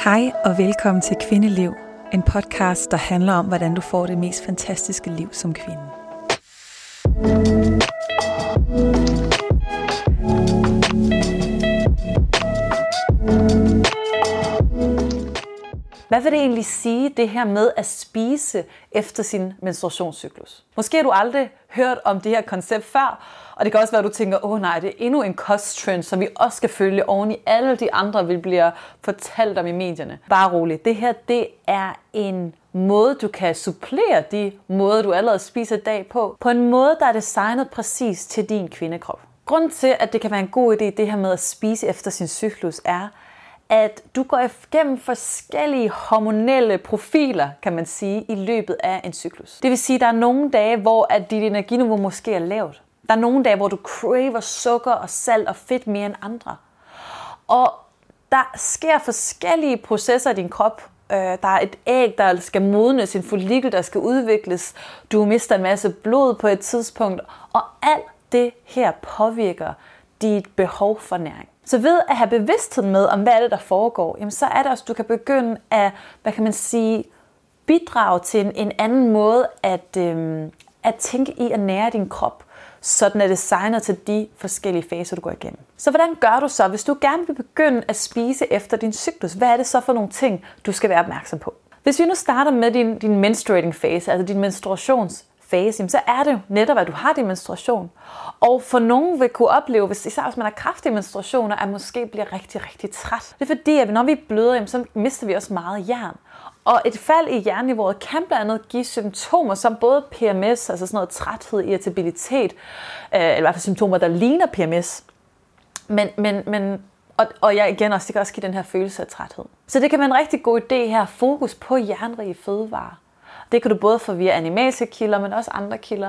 Hej og velkommen til Kvindeliv, en podcast, der handler om, hvordan du får det mest fantastiske liv som kvinde. Hvad vil det egentlig sige, det her med at spise efter sin menstruationscyklus? Måske har du aldrig hørt om det her koncept før, og det kan også være, at du tænker, nej, det er endnu en kosttrend, som vi også skal følge oven i alle de andre, vi bliver fortalt om i medierne. Bare roligt, det her det er en måde, du kan supplere de måder, du allerede spiser i dag på en måde, der er designet præcis til din kvindekrop. Grunden til, at det kan være en god idé, det her med at spise efter sin cyklus, er, at du går igennem forskellige hormonelle profiler, kan man sige, i løbet af en cyklus. Det vil sige, at der er nogle dage, hvor at dit energiniveau måske er lavt. Der er nogle dage, hvor du craver sukker og salt og fedt mere end andre. Og der sker forskellige processer i din krop. Der er et æg, der skal modnes, en follikel, der skal udvikles. Du mister en masse blod på et tidspunkt. Og alt det her påvirker dit behov for næring. Så ved at have bevidsthed med, om hvad er det, der foregår, jamen så er det også, at du kan begynde at, bidrage til en anden måde at tænke i at nære din krop, så den er designet til de forskellige faser, du går igennem. Så hvordan gør du så, hvis du gerne vil begynde at spise efter din cyklus? Hvad er det så for nogle ting, du skal være opmærksom på? Hvis vi nu starter med din menstruating fase, altså din menstruationsfase, så er det jo netop, at du har din menstruation. Og for nogen vil kunne opleve, især hvis man har kraftige menstruationer, at måske bliver rigtig, rigtig træt. Det er fordi, at når vi bløder, så mister vi også meget jern. Og et fald i jernniveauet kan blandt andet give symptomer som både PMS, altså sådan noget træthed, irritabilitet, eller i hvert fald symptomer, der ligner PMS. Og jeg igen også, det kan også give den her følelse af træthed. Så det kan være en rigtig god idé her, fokus på jernrige fødevarer. Det kan du både få via animalske kilder, men også andre kilder.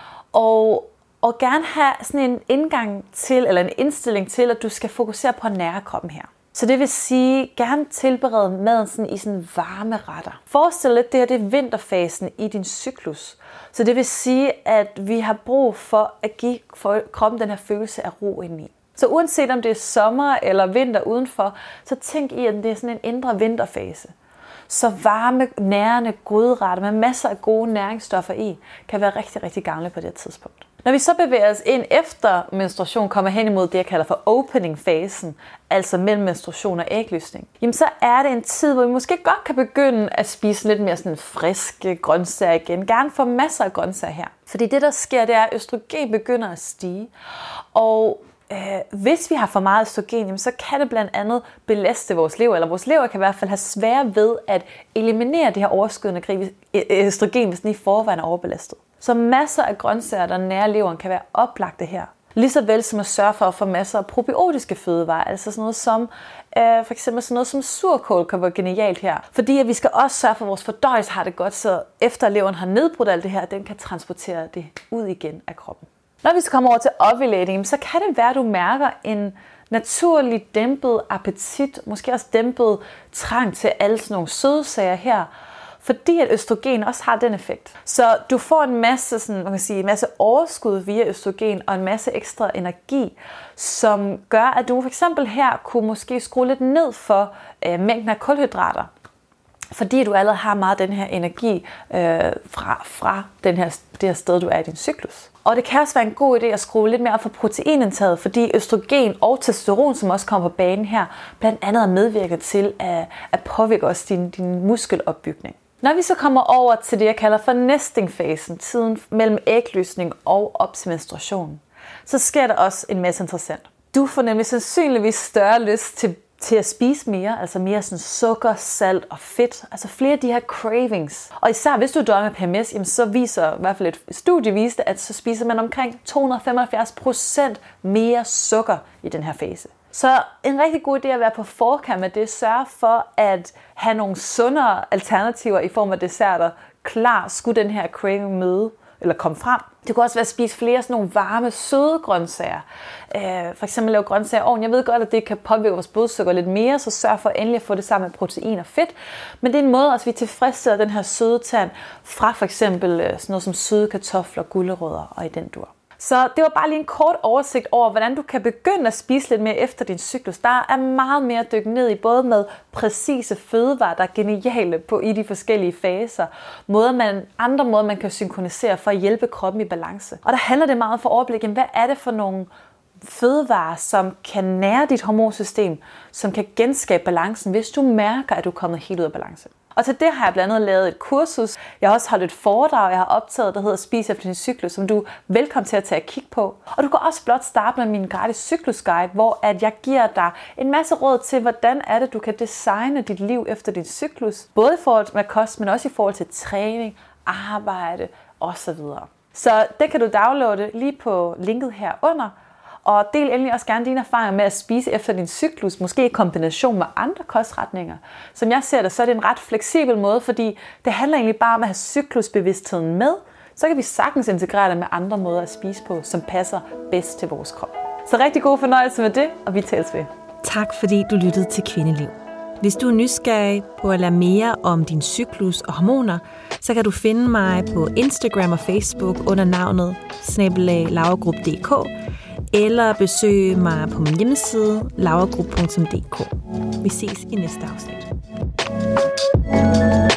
Og gerne have sådan en indgang til, eller en indstilling til, at du skal fokusere på at nære kroppen her. Så det vil sige, gerne tilberede maden sådan i sådan varme retter. Forestil dig, det her det er vinterfasen i din cyklus. Så det vil sige, at vi har brug for at give kroppen den her følelse af ro indeni. Så uanset om det er sommer eller vinter udenfor, så tænk i, at det er sådan en indre vinterfase. Så varme, nærende gryderetter med masser af gode næringsstoffer i, kan være rigtig, rigtig gamle på det her tidspunkt. Når vi så bevæger os ind efter menstruation, kommer hen imod det, jeg kalder for opening-fasen, altså mellem menstruation og ægløsning, jamen så er det en tid, hvor vi måske godt kan begynde at spise lidt mere sådan friske grøntsager igen. Gerne få masser af grøntsager her. Fordi det, der sker, det er, at østrogen begynder at stige. Og hvis vi har for meget østrogen, jamen, så kan det blandt andet belaste vores lever, eller vores lever kan i hvert fald have svært ved at eliminere det her overskydende østrogen, hvis den i forvejen er overbelastet. Så masser af grøntsager, der nærer leveren, kan være oplagte her. Ligeså vel som at sørge for at få masser af probiotiske fødevarer, altså sådan noget som for eksempel sådan noget som surkål kan være genialt her. Fordi at vi skal også sørge for, at vores fordøjelse har det godt, så efter leveren har nedbrudt alt det her, den kan transportere det ud igen af kroppen. Når vi så kommer over til ovulating, så kan det være, at du mærker en naturlig dæmpet appetit, måske også dæmpet trang til alle sådan nogle sødsager her, fordi at østrogen også har den effekt. Så du får en masse, en masse overskud via østrogen og en masse ekstra energi, som gør, at du for eksempel her kunne måske skrue lidt ned for mængden af kulhydrater. Fordi du allerede har meget af den her energi fra det her sted, du er i din cyklus. Og det kan også være en god idé at skrue lidt mere op for proteinindtaget, fordi østrogen og testosteron, som også kommer på banen her, blandt andet er medvirket til at påvirke også din muskelopbygning. Når vi så kommer over til det, jeg kalder for nesting-fasen, tiden mellem ægløsning og op til menstruation, så sker der også en masse interessant. Du får nemlig sandsynligvis større lyst til at spise mere, altså mere sådan sukker, salt og fedt, altså flere af de her cravings. Og især hvis du dør med PMS, jamen så viser i hvert fald et studie viste, at så spiser man omkring 275% mere sukker i den her fase. Så en rigtig god idé at være på forkant med det, sørge for at have nogle sundere alternativer i form af desserter klar, skulle den her craving møde eller komme frem. Det kunne også være at spise flere sådan nogle varme, søde grøntsager. For eksempel lave grøntsager ovn. Jeg ved godt, at det kan påvirke vores blodsukker lidt mere, så sørg for endelig at få det sammen med protein og fedt. Men det er en måde, at vi tilfredsstiller den her søde tand fra for eksempel sådan noget som søde kartofler, gulerødder og i den dur. Så det var bare lige en kort oversigt over, hvordan du kan begynde at spise lidt mere efter din cyklus. Der er meget mere at dykke ned i, både med præcise fødevarer, der er geniale i de forskellige faser. Andre måder, man kan synkronisere for at hjælpe kroppen i balance. Og der handler det meget for overblik, hvad er det for nogle fødevarer, som kan nære dit hormonsystem, som kan genskabe balancen, hvis du mærker, at du er kommet helt ud af balance. Og til det har jeg blandt andet lavet et kursus. Jeg har også holdt et foredrag, jeg har optaget, der hedder Spis efter din cyklus, som du er velkommen til at tage et kig på. Og du kan også blot starte med min gratis cyklusguide, hvor at jeg giver dig en masse råd til, hvordan er det, du kan designe dit liv efter din cyklus. Både i forhold til kost, men også i forhold til træning, arbejde osv. Så det kan du downloade lige på linket herunder. Og del endelig også gerne dine erfaringer med at spise efter din cyklus, måske i kombination med andre kostretninger. Som jeg ser det, så er det en ret fleksibel måde, fordi det handler egentlig bare om at have cyklusbevidstheden med. Så kan vi sagtens integrere det med andre måder at spise på, som passer bedst til vores krop. Så rigtig god fornøjelse med det, og vi tales ved. Tak fordi du lyttede til Kvindeliv. Hvis du er nysgerrig på at lære mere om din cyklus og hormoner, så kan du finde mig på Instagram og Facebook under navnet @lauragrup.dk eller besøge mig på min hjemmeside lauragrup.dk. Vi ses i næste afsnit.